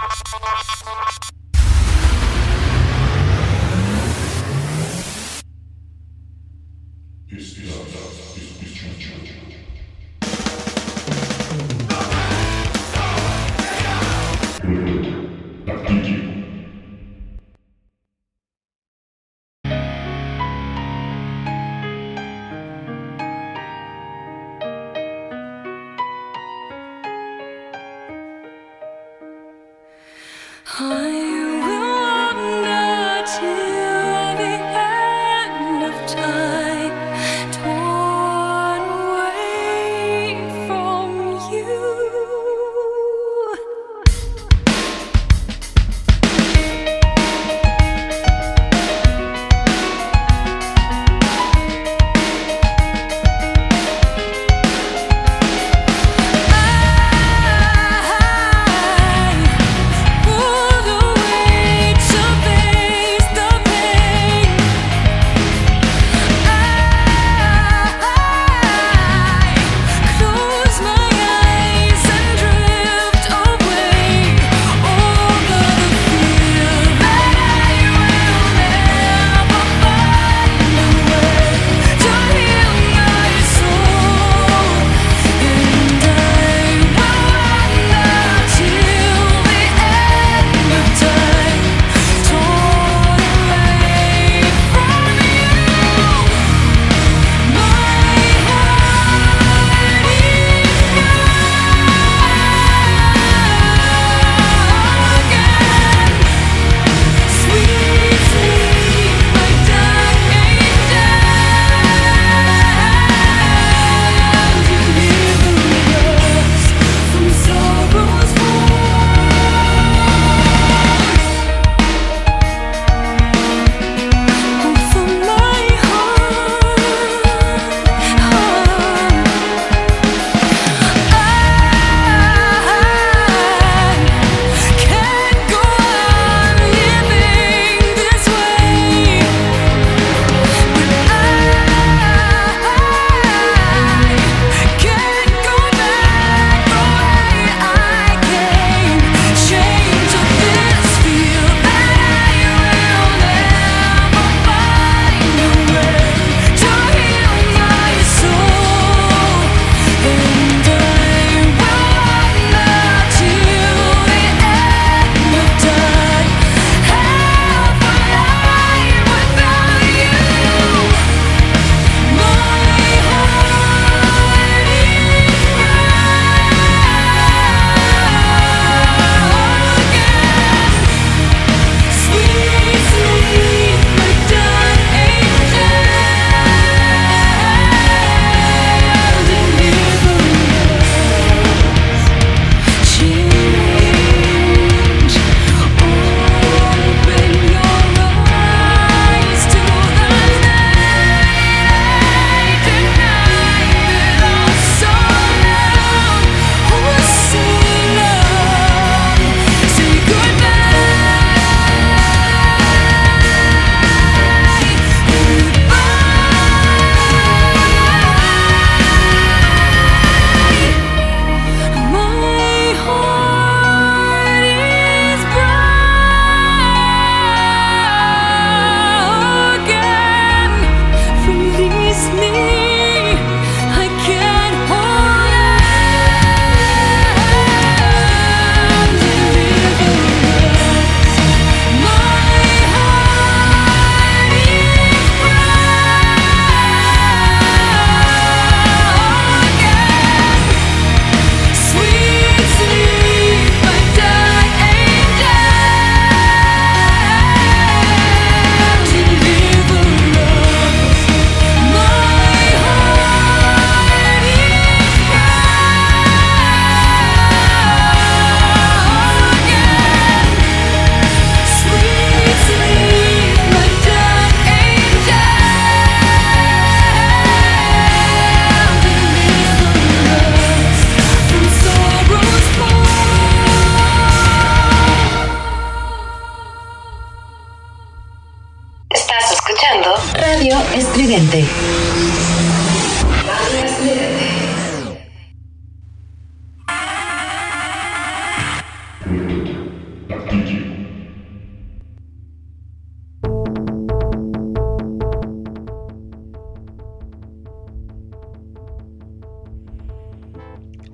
Radio Estridente.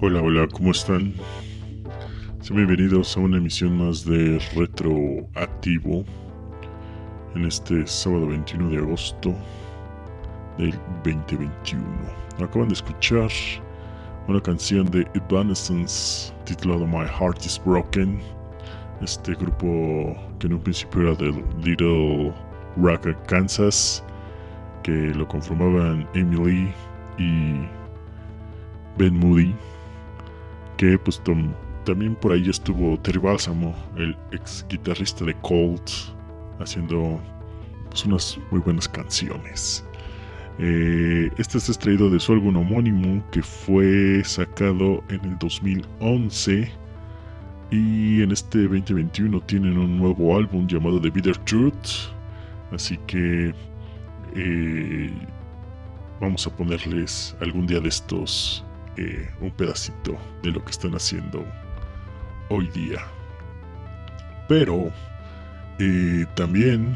Hola, hola, ¿cómo están? Sean bienvenidos a una emisión más de Retroactivo en este sábado 21 de agosto del 2021. Acaban de escuchar una canción de Evanescence titulada My Heart is Broken. Este grupo que en un principio era de Little Rock, Kansas, que lo conformaban Amy Lee y Ben Moody, que pues también por ahí estuvo Terry Balsamo, el ex guitarrista de Cold, haciendo pues unas muy buenas canciones. Este es extraído de su álbum homónimo, que fue sacado en el 2011, y en este 2021 tienen un nuevo álbum llamado The Bitter Truth, así que vamos a ponerles algún día de estos un pedacito de lo que están haciendo hoy día. Pero también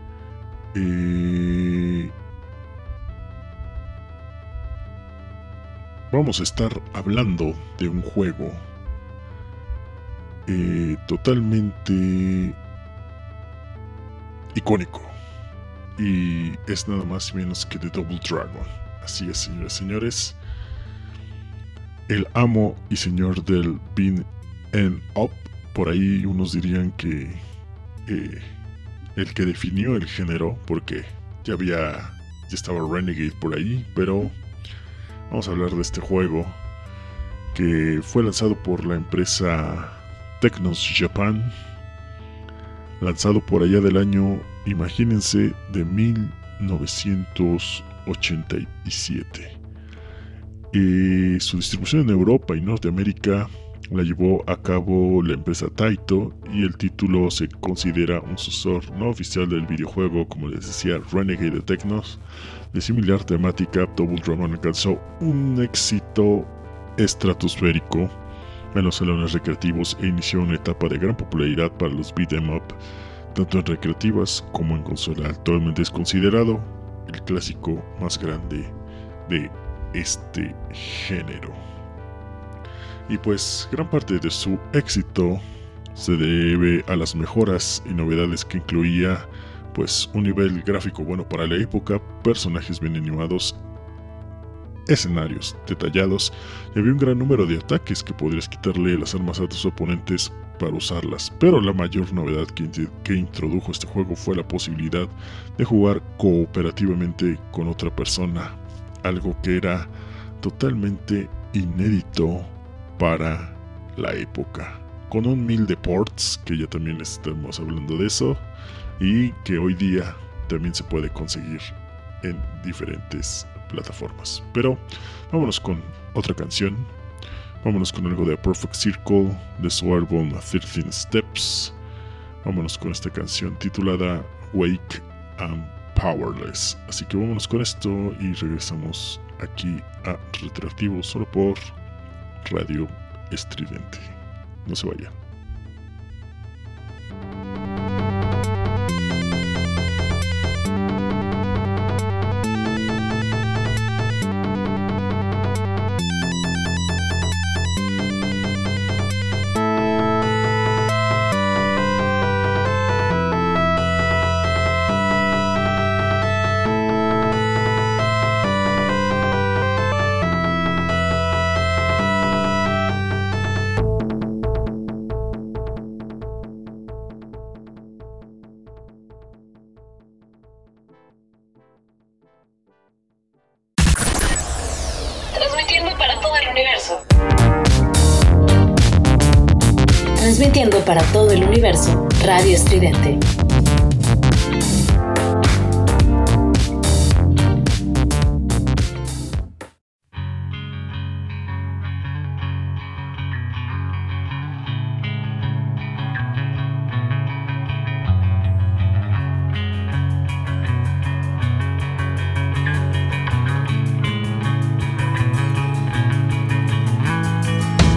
vamos a estar hablando de un juego totalmente icónico, y es nada más y menos que The Double Dragon. Así es, señores y señores, el amo y señor del beat 'em up. Por ahí unos dirían que el que definió el género, porque ya estaba Renegade por ahí, pero vamos a hablar de este juego que fue lanzado por la empresa Technos Japan, lanzado por allá del año, imagínense, de 1987. Su distribución en Europa y Norteamérica la llevó a cabo la empresa Taito, y el título se considera un sucesor no oficial del videojuego, como les decía, Renegade de Technos. De similar temática, Double Dragon alcanzó un éxito estratosférico en los salones recreativos e inició una etapa de gran popularidad para los beat 'em up, tanto en recreativas como en consola. Actualmente es considerado el clásico más grande de este género, y pues gran parte de su éxito se debe a las mejoras y novedades que incluía, pues un nivel gráfico bueno para la época, personajes bien animados, escenarios detallados, y había un gran número de ataques que podrías quitarle las armas a tus oponentes para usarlas. Pero la mayor novedad que introdujo este juego fue la posibilidad de jugar cooperativamente con otra persona, algo que era totalmente inédito para la época, con un 1000 de ports, que ya también estamos hablando de eso, y que hoy día también se puede conseguir en diferentes plataformas. Pero vámonos con otra canción, vámonos con algo de A Perfect Circle de su álbum 13 Steps. Vámonos con esta canción titulada Wake and Powerless. Así que vámonos con esto y regresamos aquí a Retroactivo, solo por Radio Estridente. No se vayan. Transmitiendo para todo el universo, Radio Estridente.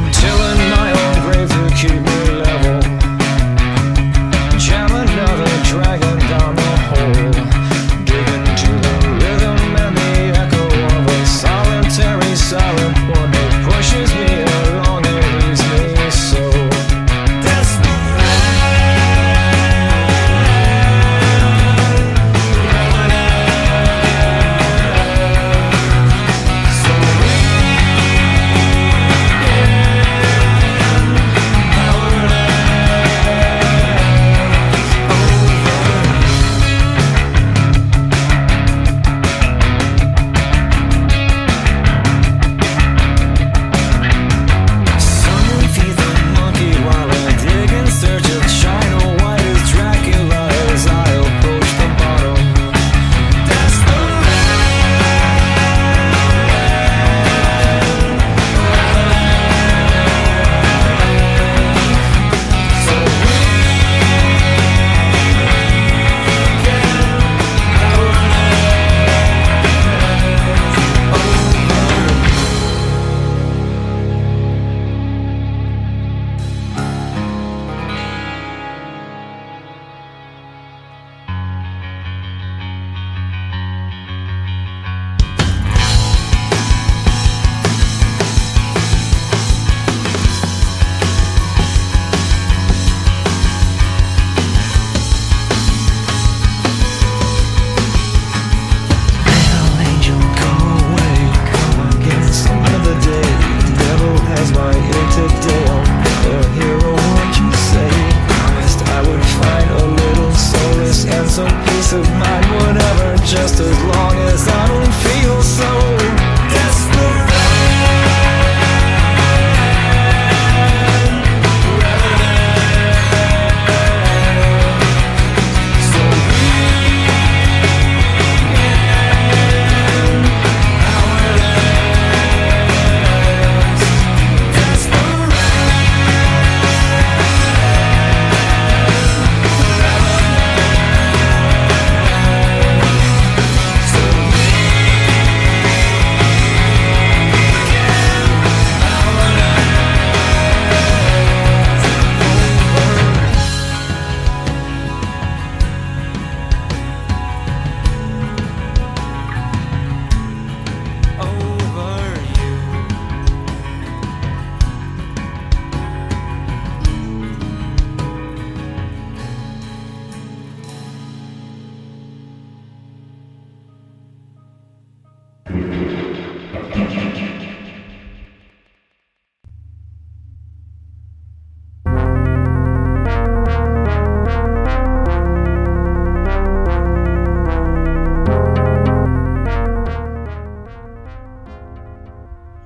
Keep me level. Jam another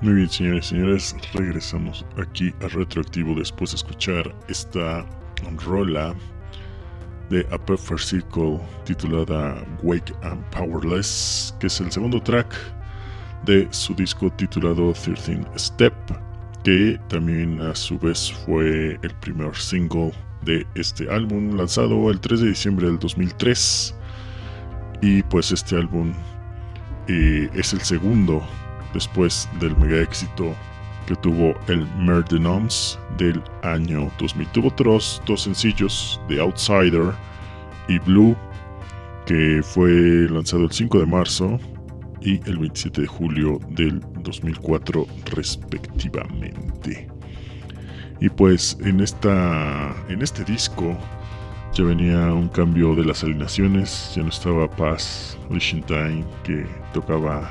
Muy bien, señores y señores, regresamos aquí a Retroactivo después de escuchar esta rola de A Perfect Circle titulada Wake and Powerless, que es el segundo track de su disco titulado 13 Step, que también a su vez fue el primer single de este álbum, lanzado el 3 de diciembre del 2003. Y pues este álbum es el segundo después del mega éxito que tuvo el Murdernoms del año 2000. Tuvo otros dos sencillos, The Outsider y Blue, que fue lanzado el 5 de marzo y el 27 de julio del 2004 respectivamente. Y pues en este disco ya venía un cambio de las alineaciones. Ya no estaba Paz Lichtenstein, que tocaba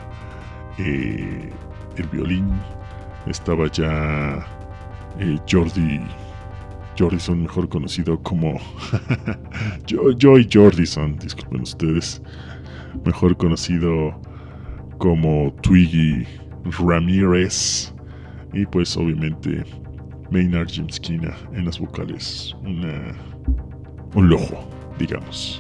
el violín. Estaba ya Jordison, mejor conocido como Joy Jordison, disculpen ustedes, mejor conocido como Twiggy Ramírez. Y pues obviamente Maynard Jimskina en las vocales, un lujo, digamos.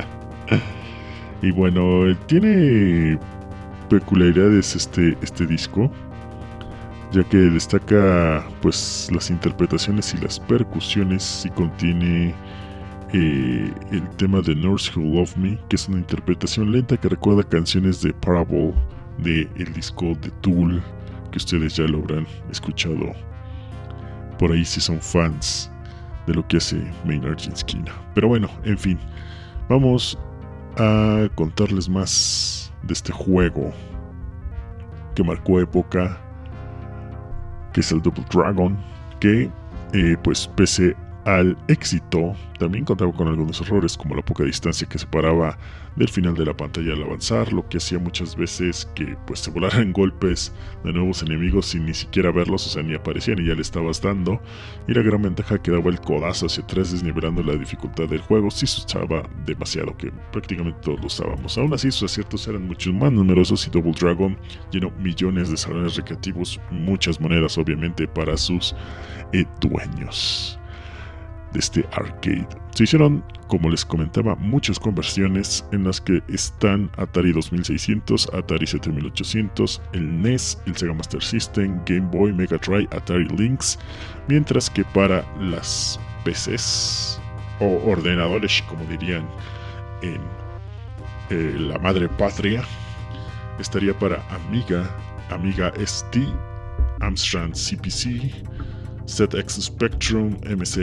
Y bueno, tiene peculiaridades este disco, ya que destaca pues las interpretaciones y las percusiones, y contiene el tema de Nurse Who Loved Me, que es una interpretación lenta que recuerda canciones de Parable del disco de Tool, que ustedes ya lo habrán escuchado por ahí si son fans de lo que hace Maynard Jimskina. Pero bueno, en fin, vamos a contarles más de este juego que marcó época, que es el Double Dragon, que pues pese al éxito también contaba con algunos errores, como la poca distancia que separaba del final de la pantalla al avanzar, lo que hacía muchas veces que pues se volaran golpes de nuevos enemigos sin ni siquiera verlos, o sea, ni aparecían y ya le estabas dando. Y la gran ventaja que daba el codazo hacia atrás, desnivelando la dificultad del juego si se usaba demasiado, que prácticamente todos lo usábamos. Aún así, sus aciertos eran mucho más numerosos y Double Dragon llenó millones de salones recreativos, muchas monedas obviamente para sus dueños de este arcade. Se hicieron, como les comentaba, muchas conversiones en las que están Atari 2600, Atari 7800, el NES, el Sega Master System, Game Boy, Mega Drive, Atari Lynx, mientras que para las PCs o ordenadores, como dirían en la madre patria, estaría para Amiga ST, Amstrad CPC, ZX Spectrum,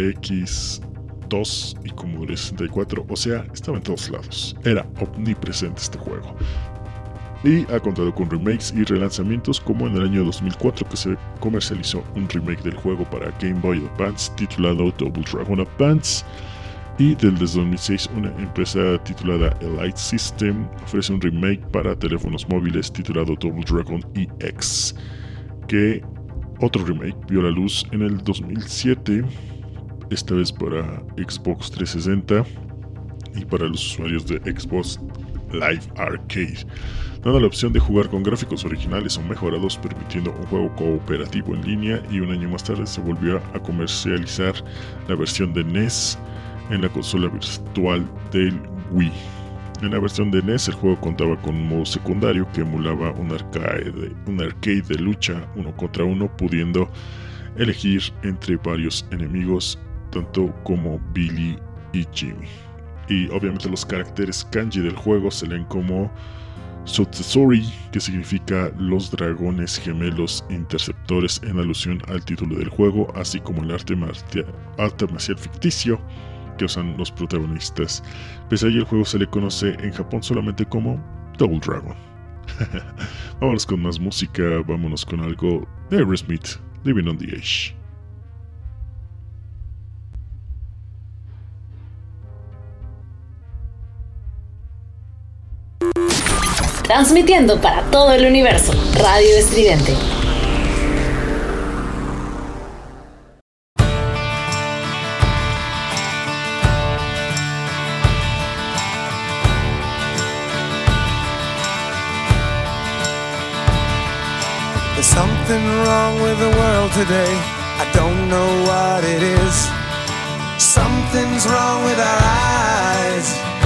MSX2 y Commodore 64, o sea, estaba en todos lados. Era omnipresente este juego. Y ha contado con remakes y relanzamientos, como en el año 2004 que se comercializó un remake del juego para Game Boy Advance titulado Double Dragon Advance. Y desde 2006 una empresa titulada Elite System ofrece un remake para teléfonos móviles titulado Double Dragon EX, que otro remake vio la luz en el 2007, esta vez para Xbox 360 y para los usuarios de Xbox Live Arcade, dando la opción de jugar con gráficos originales o mejorados, permitiendo un juego cooperativo en línea. Y un año más tarde se volvió a comercializar la versión de NES en la consola virtual del Wii. En la versión de NES el juego contaba con un modo secundario que emulaba un arcade de lucha uno contra uno, pudiendo elegir entre varios enemigos, tanto como Billy y Jimmy. Y obviamente los caracteres kanji del juego se leen como Sotsuri, que significa los dragones gemelos interceptores, en alusión al título del juego, así como el arte marcial ficticio que usan los protagonistas. Pese a ello, el juego se le conoce en Japón solamente como Double Dragon. Vámonos con más música, vámonos con algo de Aerosmith, Living on the Edge. Transmitiendo para todo el universo, Radio Estridente. Something something wrong with the world today. I don't know what it is. Something's wrong with our eyes.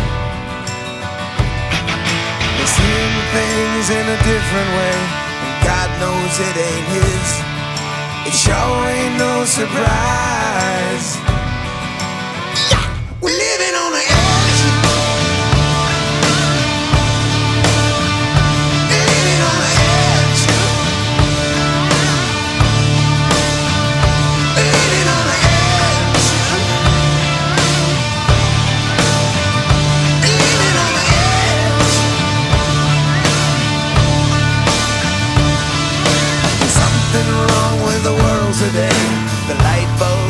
We're seeing things in a different way, and God knows it ain't His. It sure ain't no surprise. We're living on the edge. Living on the edge. Living on the edge. Living on the edge. Something wrong with the world today. The light bulb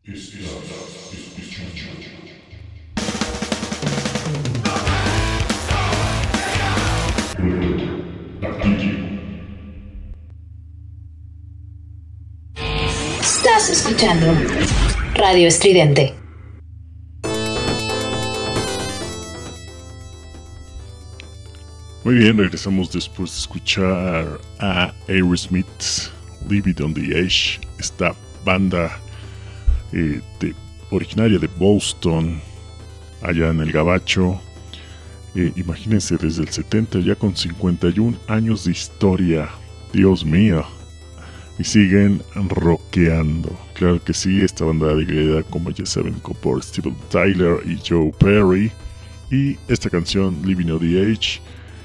Estás escuchando Radio Estridente. Muy bien, regresamos después de escuchar a Aerosmith, Leave It on the Edge, esta banda originaria de Boston, allá en el Gabacho. Imagínense, desde el 70, ya con 51 años de historia, Dios mío, y siguen rockeando. Claro que sí, esta banda liderada, como ya saben, por Steven Tyler y Joe Perry, y esta canción, Living on the Edge,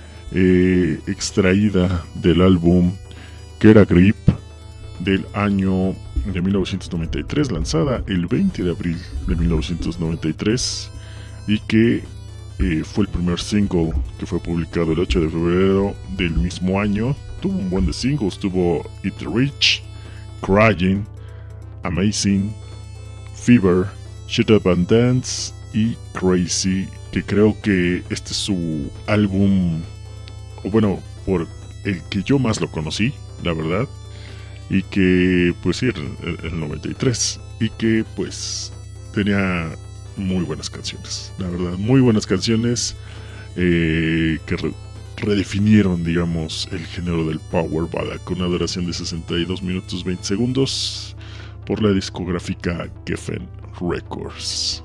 extraída del álbum Get a Grip del año de 1993, lanzada el 20 de abril de 1993, y que fue el primer single que fue publicado el 8 de febrero del mismo año. Tuvo un buen de singles, tuvo It Rich, Crying, Amazing, Fever, Shut Up and Dance y Crazy, que creo que este es su álbum, o bueno, por el que yo más lo conocí, la verdad, y que pues sí, el 93, y que pues tenía muy buenas canciones, la verdad, muy buenas canciones que redefinieron, digamos, el género del power ballad, con una duración de 62 minutos 20 segundos por la discográfica Geffen Records.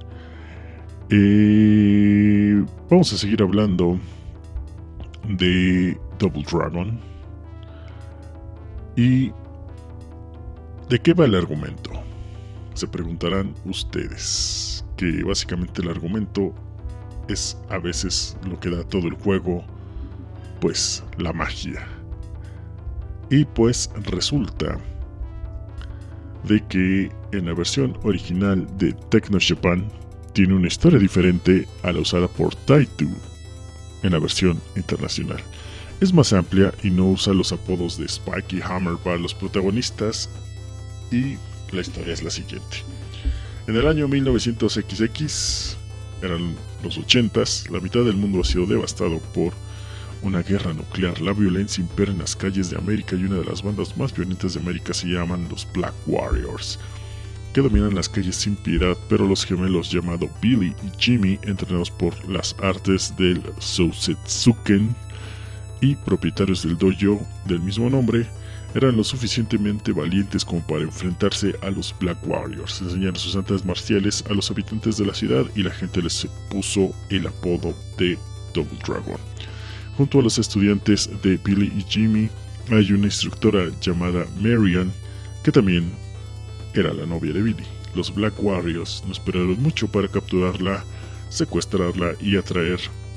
Vamos a seguir hablando de Double Dragon. ¿Y de qué va el argumento? Se preguntarán ustedes, que básicamente el argumento es a veces lo que da todo el juego, pues la magia. Y pues resulta de que en la versión original de Techno Japan tiene una historia diferente a la usada por Taito en la versión internacional. Es más amplia y no usa los apodos de Spike y Hammer para los protagonistas, y la historia es la siguiente. En el año 1900XX, eran los 80s, la mitad del mundo ha sido devastado por una guerra nuclear. La violencia impera en las calles de América y una de las bandas más violentas de América se llaman los Black Warriors, que dominan las calles sin piedad, pero los gemelos llamados Billy y Jimmy, entrenados por las artes del Sosetsuken y propietarios del dojo del mismo nombre, eran lo suficientemente valientes como para enfrentarse a los Black Warriors. Enseñaron sus artes marciales a los habitantes de la ciudad y la gente les puso el apodo de Double Dragon. Junto a los estudiantes de Billy y Jimmy hay una instructora llamada Marian, que también era la novia de Billy. Los Black Warriors no esperaron mucho para capturarla, secuestrarla y atraer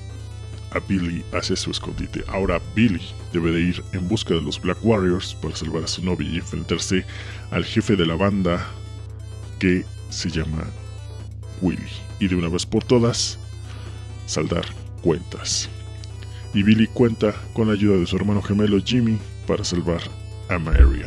a Billy hacia su escondite. Ahora Billy debe de ir en busca de los Black Warriors para salvar a su novia y enfrentarse al jefe de la banda, que se llama Willy, y de una vez por todas saldar cuentas. Y Billy cuenta con la ayuda de su hermano gemelo Jimmy para salvar a Marian.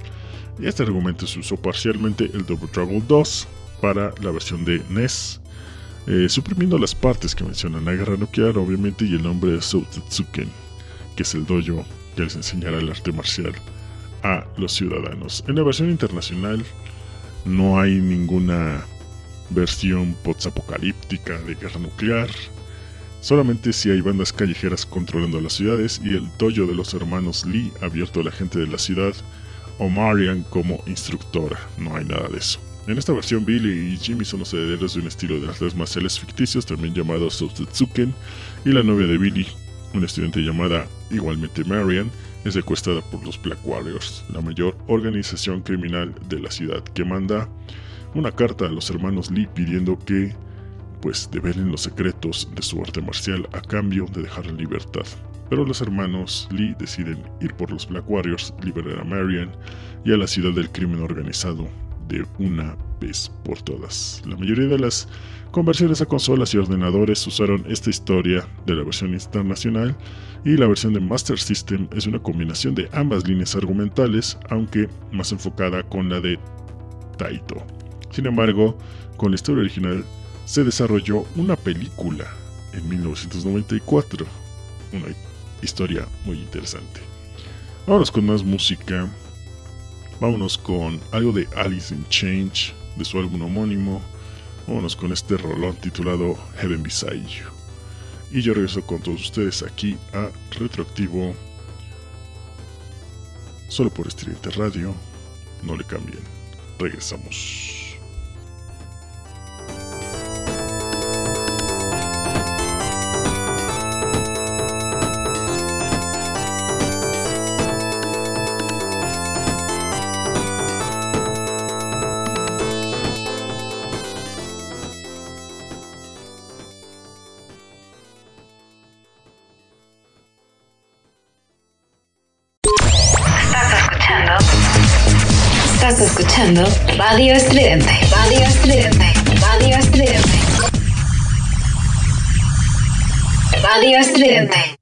Y este argumento se usó parcialmente el Double Dragon 2 para la versión de NES, suprimiendo las partes que mencionan la guerra nuclear, obviamente, y el nombre de Sosetsuken, que es el dojo que les enseñará el arte marcial a los ciudadanos. En la versión internacional no hay ninguna versión post-apocalíptica de guerra nuclear, solamente si hay bandas callejeras controlando las ciudades y el dojo de los hermanos Lee abierto a la gente de la ciudad, o Marian como instructora. No hay nada de eso. En esta versión, Billy y Jimmy son los herederos de un estilo de artes marciales ficticios también llamado Sosetsuken, y la novia de Billy, una estudiante llamada igualmente Marian, es secuestrada por los Black Warriors, la mayor organización criminal de la ciudad, que manda una carta a los hermanos Lee pidiendo que pues develen los secretos de su arte marcial a cambio de dejar en libertad. Pero los hermanos Lee deciden ir por los Black Warriors, liberar a Marian y a la ciudad del crimen organizado de una vez por todas. La mayoría de las conversiones a consolas y ordenadores usaron esta historia de la versión internacional, y la versión de Master System es una combinación de ambas líneas argumentales, aunque más enfocada con la de Taito. Sin embargo, con la historia original se desarrolló una película en 1994. Una historia muy interesante. Vámonos con más música. Vámonos con algo de Alice in Chains, de su álbum homónimo. Vámonos con este rolón titulado Heaven Beside You. Y yo regreso con todos ustedes aquí a Retroactivo, solo por Estridente Radio. No le cambien. Regresamos. Estás escuchando Radio Estridente. Radio Estridente. Radio Estridente. Radio Estridente.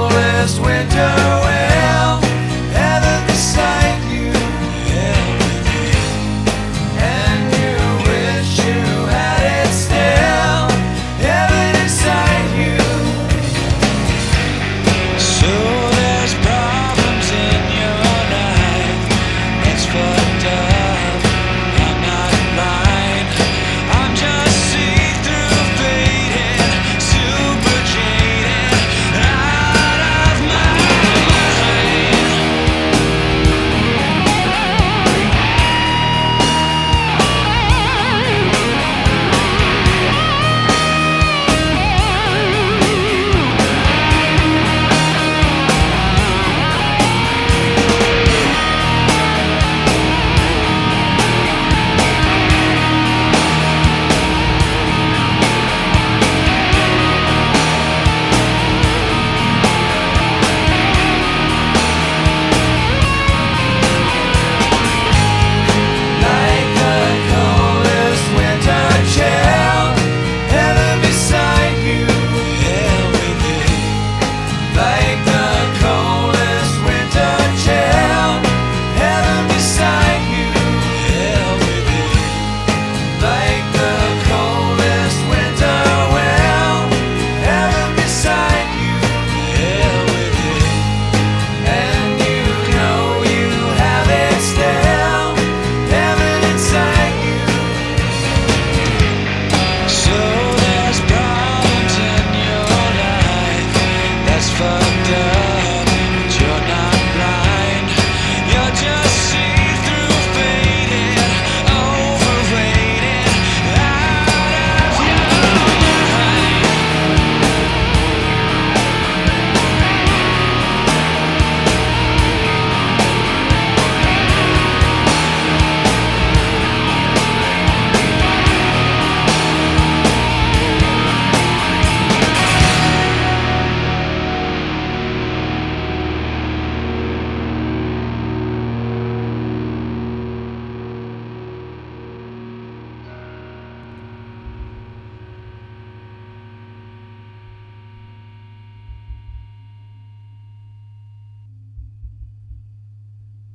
Winter, well, heaven beside you.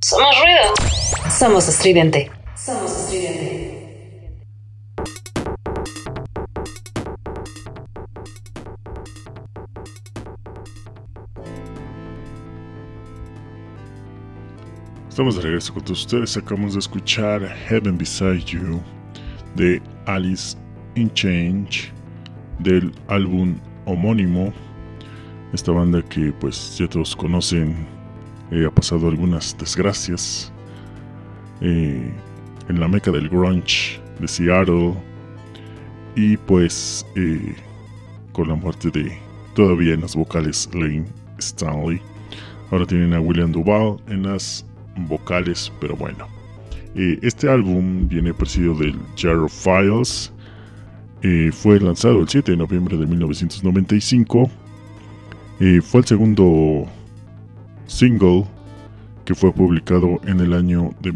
Somos ruido. Somos estridente. Somos estridente. Estamos de regreso con todos ustedes. Acabamos de escuchar Heaven Beside You de Alice in Chains del álbum homónimo. Esta banda que pues ya todos conocen, ha pasado algunas desgracias en la meca del grunge de Seattle, y pues con la muerte de todavía en las vocales Layne Staley. Ahora tienen a William Duvall en las vocales, pero bueno, este álbum viene precedido del Jar of Files. Fue lanzado el 7 de noviembre de 1995. Fue el segundo single que fue publicado en el año de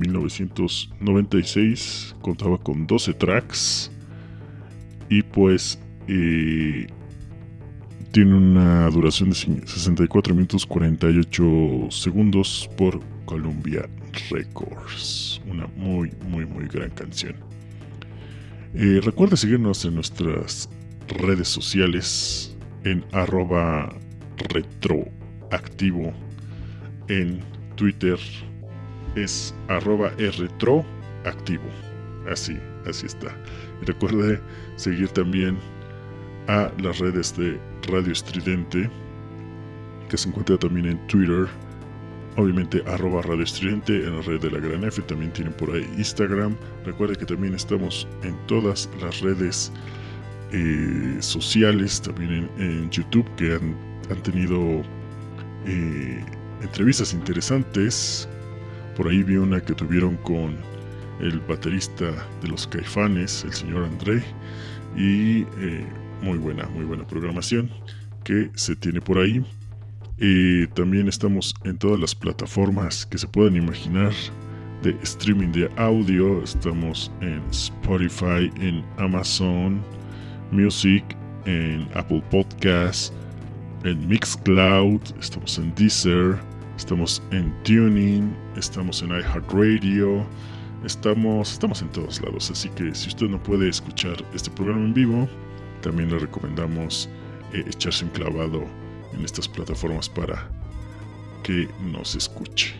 1996. Contaba con 12 tracks y pues tiene una duración de 64 minutos 48 segundos por Columbia Records. Una muy gran canción. Recuerda seguirnos en nuestras redes sociales en @retroactivo. En Twitter es @retroactivo. Así está. Y recuerde seguir también a las redes de Radio Estridente, que se encuentra también en Twitter. Obviamente @Radio Estridente, en la red de la Gran F. También tienen por ahí Instagram. Recuerde que también estamos en todas las redes sociales, también en YouTube, que han tenido entrevistas interesantes. Por ahí vi una que tuvieron con el baterista de los Caifanes, el señor André, y muy buena programación que se tiene por ahí. También estamos en todas las plataformas que se puedan imaginar de streaming de audio. Estamos en Spotify, en Amazon Music, en Apple Podcasts, en Mixcloud, estamos en Deezer, estamos en Tuning, estamos en iHeartRadio, estamos en todos lados. Así que si usted no puede escuchar este programa en vivo, también le recomendamos echarse un clavado en estas plataformas para que nos escuche.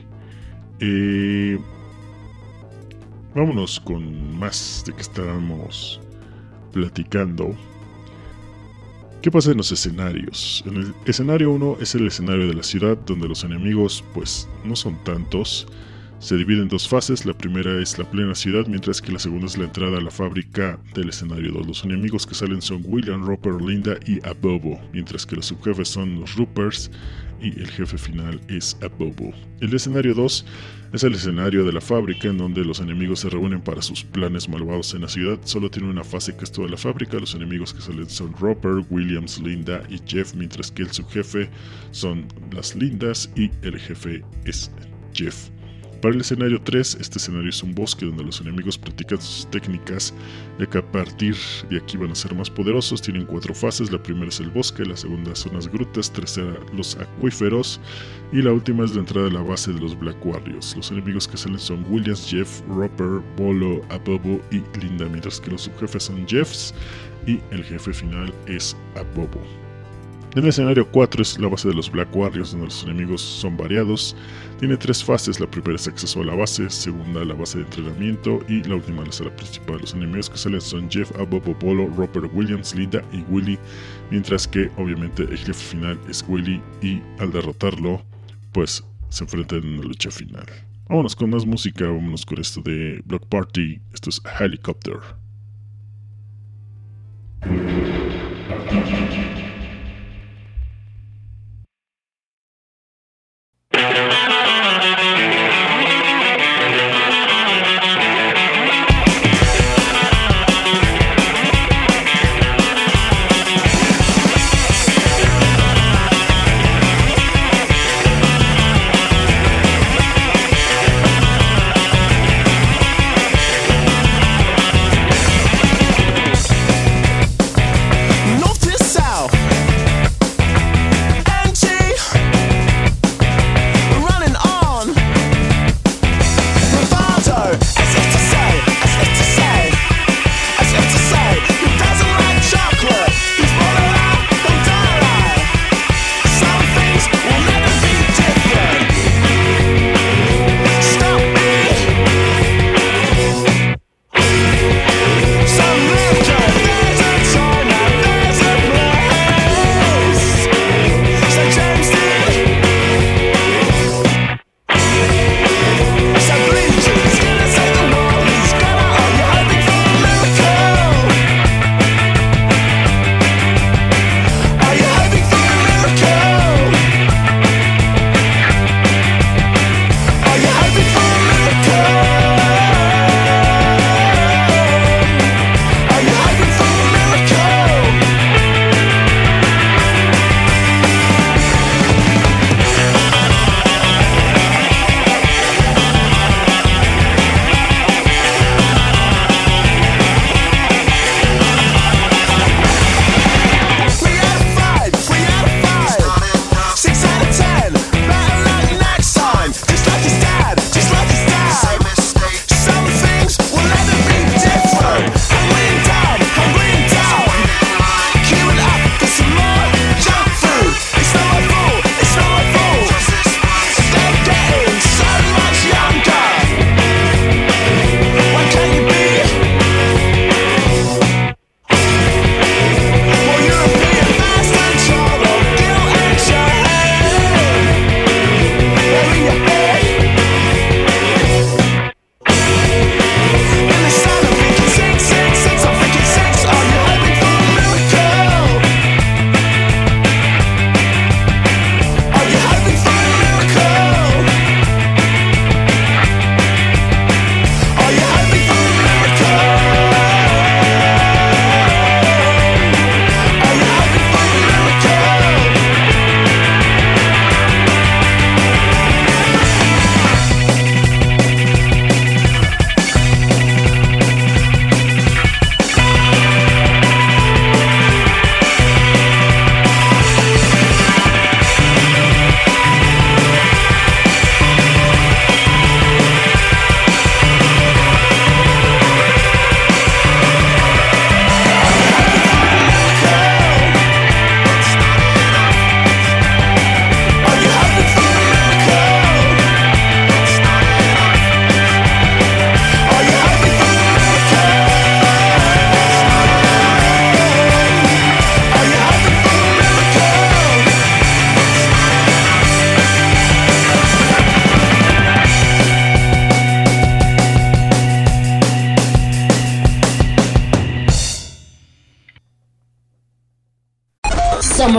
Vámonos con más de que estábamos platicando. ¿Qué pasa en los escenarios? En el escenario 1 es el escenario de la ciudad, donde los enemigos pues no son tantos. Se divide en dos fases. La primera es la plena ciudad, mientras que la segunda es la entrada a la fábrica del escenario 2. Los enemigos que salen son William, Roper, Linda y Abobo, mientras que los subjefes son los Roopers y el jefe final es Abobo. El escenario 2 es el escenario de la fábrica, en donde los enemigos se reúnen para sus planes malvados en la ciudad. Solo tiene una fase que es toda la fábrica. Los enemigos que salen son Roper, Williams, Linda y Jeff, mientras que el subjefe son las Lindas y el jefe es Jeff. Para el escenario 3, este escenario es un bosque donde los enemigos practican sus técnicas, ya que a partir de aquí van a ser más poderosos. Tienen 4 fases. La primera es el bosque, la segunda son las grutas, tercera los acuíferos y la última es la entrada a la base de los Black Warriors. Los enemigos que salen son Williams, Jeff, Roper, Bolo, Abobo y Linda, mientras que los subjefes son Jeffs y el jefe final es Abobo. En el escenario 4 es la base de los Black Warriors, donde los enemigos son variados. Tiene 3 fases. La primera es acceso a la base, segunda la base de entrenamiento y la última la sala principal. Los enemigos que salen son Jeff, Abobo, Bolo, Roper, Williams, Linda y Willy, mientras que obviamente el jefe final es Willy, y al derrotarlo pues se enfrentan en una lucha final. Vámonos con más música, vámonos con esto de Block Party. Esto es Helicopter.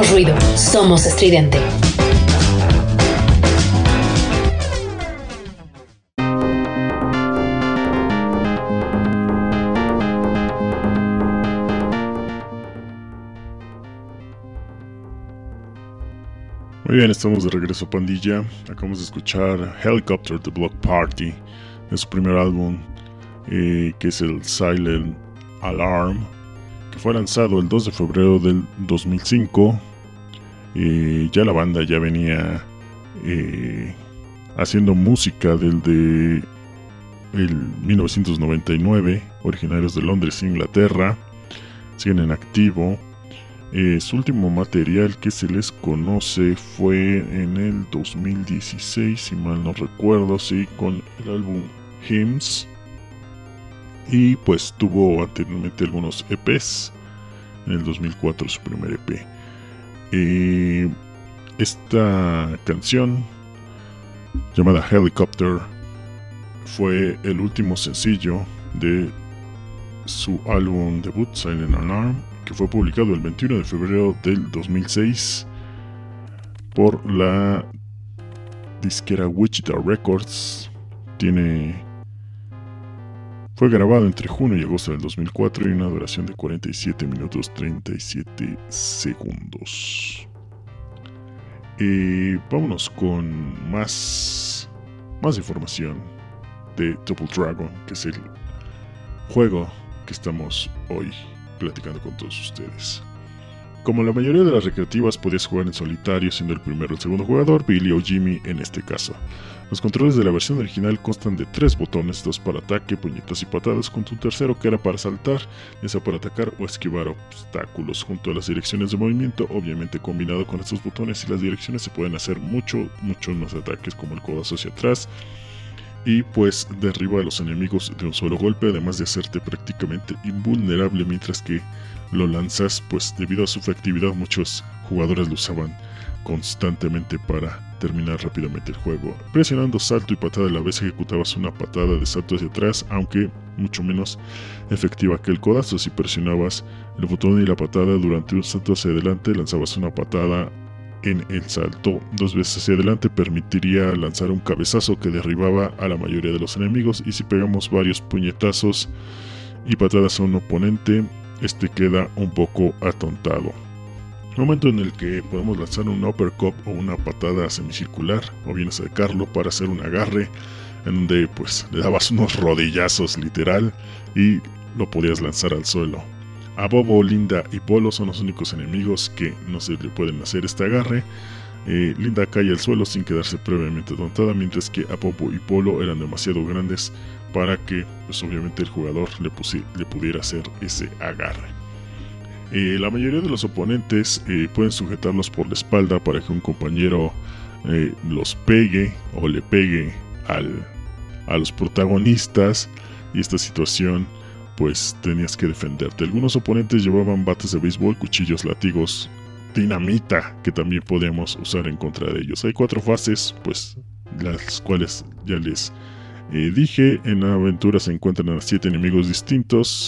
Somos ruido, somos estridente. Muy bien, estamos de regreso, pandilla. Acabamos de escuchar Helicopter The Block Party de su primer álbum, que es el Silent Alarm, que fue lanzado el 2 de febrero del 2005. Ya la banda ya venía haciendo música desde el 1999, originarios de Londres, Inglaterra. Siguen en activo. Su último material que se les conoce fue en el 2016, si mal no recuerdo, sí, con el álbum Hymns. Y pues tuvo anteriormente algunos EPs. En el 2004 su primer EP. Esta canción, llamada Helicopter, fue el último sencillo de su álbum debut Silent Alarm, que fue publicado el 21 de febrero del 2006 por la disquera Wichita Records. Fue grabado entre junio y agosto del 2004 y una duración de 47 minutos 37 segundos. Vámonos con más información de Double Dragon, que es el juego que estamos hoy platicando con todos ustedes. Como la mayoría de las recreativas, podías jugar en solitario siendo el primero o el segundo jugador, Billy o Jimmy en este caso. Los controles de la versión original constan de 3 botones, 2 para ataque, puñetas y patadas, junto a un tercero que era para saltar, ya sea para atacar o esquivar obstáculos, junto a las direcciones de movimiento. Obviamente combinado con estos botones y las direcciones se pueden hacer muchos más ataques, como el codazo hacia atrás, y pues derriba a los enemigos de un solo golpe, además de hacerte prácticamente invulnerable mientras que lo lanzas, pues debido a su efectividad muchos jugadores lo usaban constantemente para terminar rápidamente el juego. Presionando salto y patada a la vez ejecutabas una patada de salto hacia atrás, aunque mucho menos efectiva que el codazo. Si presionabas el botón y la patada durante un salto hacia adelante, lanzabas una patada en el salto 2 veces hacia adelante, permitiría lanzar un cabezazo que derribaba a la mayoría de los enemigos, y si pegamos varios puñetazos y patadas a un oponente, este queda un poco atontado. Momento en el que podemos lanzar un uppercut o una patada semicircular, o bien sacarlo para hacer un agarre, en donde pues le dabas unos rodillazos literal y lo podías lanzar al suelo. A Bobo, Linda y Polo son los únicos enemigos que no se le pueden hacer este agarre. Linda cae al suelo sin quedarse previamente atontada, mientras que a Bobo y Polo eran demasiado grandes para que pues obviamente el jugador le pudiera hacer ese agarre. La mayoría de los oponentes pueden sujetarlos por la espalda para que un compañero los pegue o le pegue a los protagonistas, y esta situación pues tenías que defenderte. Algunos oponentes llevaban bates de béisbol, cuchillos, látigos, dinamita, que también podíamos usar en contra de ellos. Hay 4 fases, pues las cuales ya les dije. En la aventura se encuentran a 7 enemigos distintos.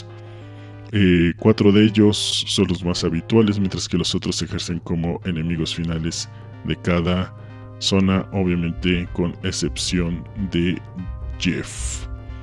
4 de ellos son los más habituales, mientras que los otros ejercen como enemigos finales de cada zona, obviamente con excepción de Jeff.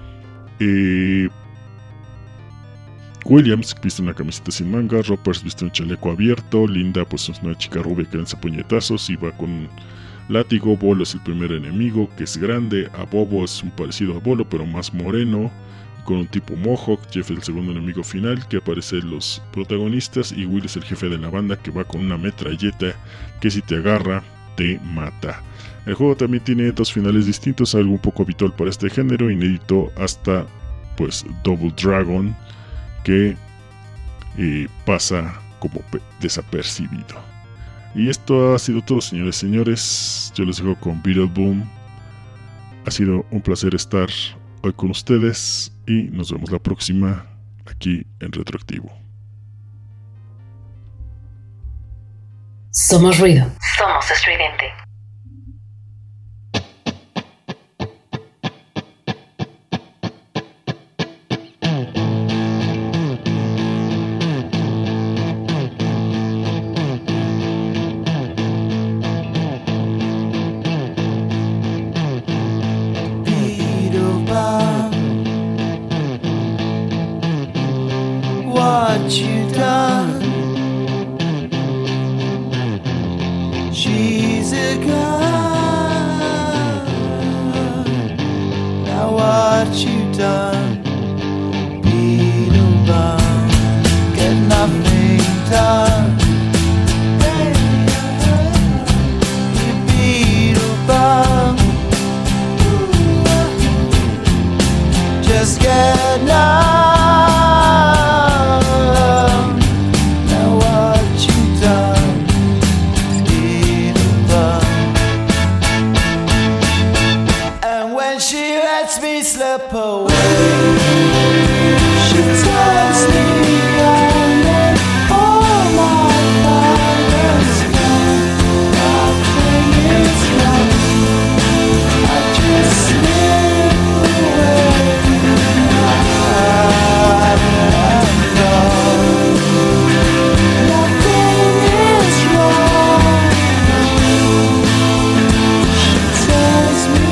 Williams viste una camiseta sin mangas, Roppers viste un chaleco abierto, Linda pues es una chica rubia que lanza puñetazos y va con un látigo. Bolo es el primer enemigo, que es grande. A Bobo es un parecido a Bolo pero más moreno, con un tipo mohawk. Jeff es el segundo enemigo final que aparece en los protagonistas, y Will es el jefe de la banda, que va con una metralleta que si te agarra te mata. El juego también tiene 2 finales distintos, algo un poco habitual para este género, inédito hasta pues Double Dragon, que pasa como desapercibido. Y esto ha sido todo, señores y señores. Yo les dejo con Beetle Boom. Ha sido un placer estar hoy con ustedes y nos vemos la próxima aquí en Retroactivo. Somos ruido. Somos estridente. what you done. She's a gun. Now what you done? Beetlebum, get nothing done. You Beetlebum, just get numb. Now what you done? Beetlebum. And when she lets me slip away, she tells me I'm in all my powers gone. Nothing is wrong. I just slip away. I'm gone. Nothing is wrong. She tells me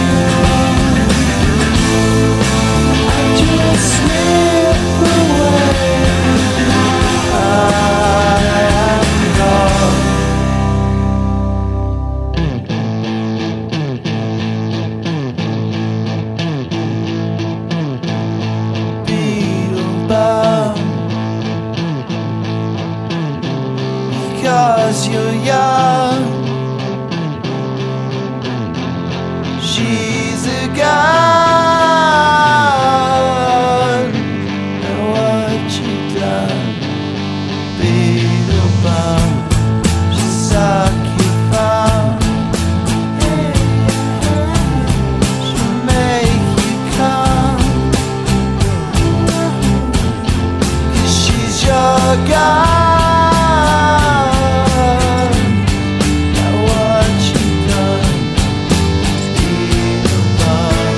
I just slip away. I am gone. Beetlebum, because you're young. She's a gun. And what you done? Beetlebum, she suck you fun. She'll make you come. 'Cause she's your gun. Now what you done? Beetlebum.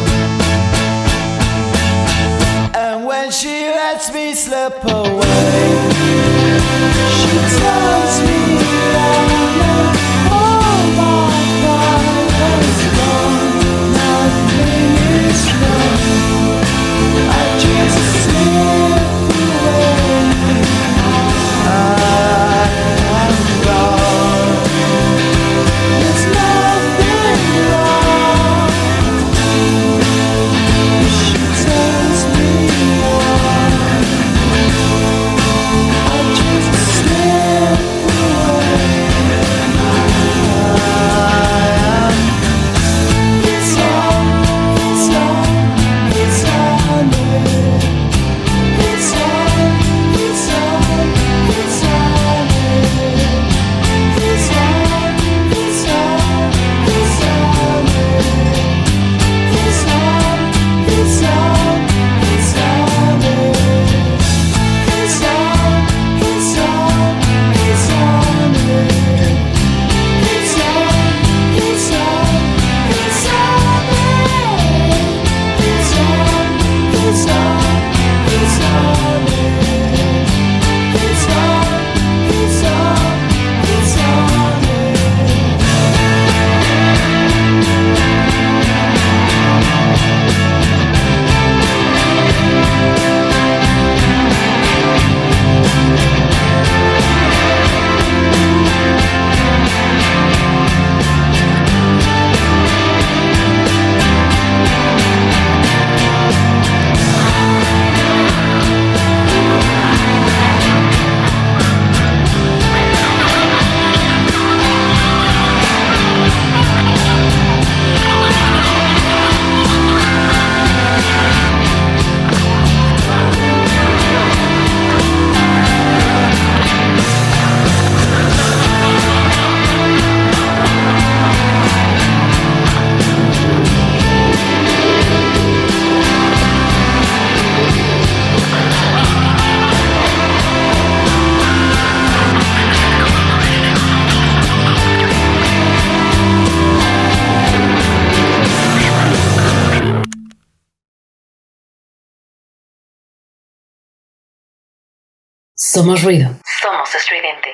And when she lets me slip away, she tells me I'm in all my powers gone. Nothing is wrong. I just slip away. I am gone. There's nothing wrong. She tells me I just slip away. It's on, it's on, it's on it. It's on, it's on, it's on it. It's on, it's on, it's on it. It's on, it's on, it's on it. It's on, it's on, it's on it. It's on, it's on, it's on it. It's on, it's on, it's on it. It's on, it's on, it's on Somos ruido. Somos estridente.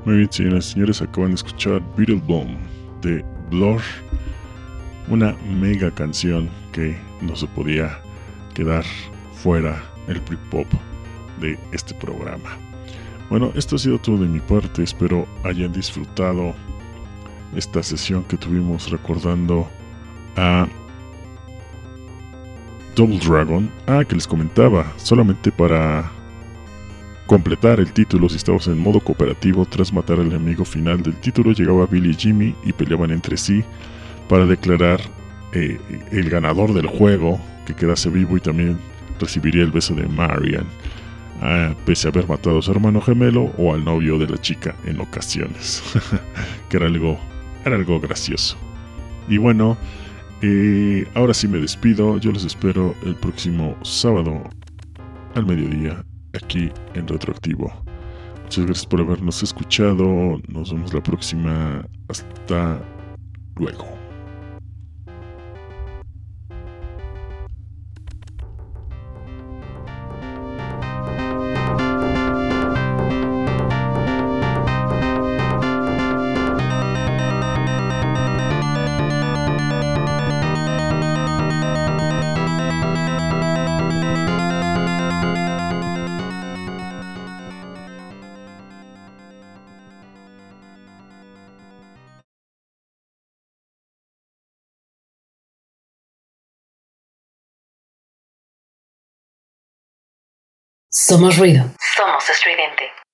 Muy bien, señoras y señores, acaban de escuchar Beetle Bomb de Blur, una mega canción que no se podía quedar fuera el Britpop de este programa. Bueno, esto ha sido todo de mi parte, espero hayan disfrutado esta sesión que tuvimos recordando a Double Dragon. Que les comentaba, solamente para completar el título, si estabas en modo cooperativo, tras matar al enemigo final del título, llegaba Billy y Jimmy y peleaban entre sí para declarar el ganador del juego, que quedase vivo y también recibiría el beso de Marian, pese a haber matado a su hermano gemelo o al novio de la chica en ocasiones. Que era algo gracioso. Y bueno, ahora sí me despido. Yo les espero el próximo sábado al mediodía aquí en Retroactivo. Muchas gracias por habernos escuchado. Nos vemos la próxima. Hasta luego. Somos ruido. Somos estridente.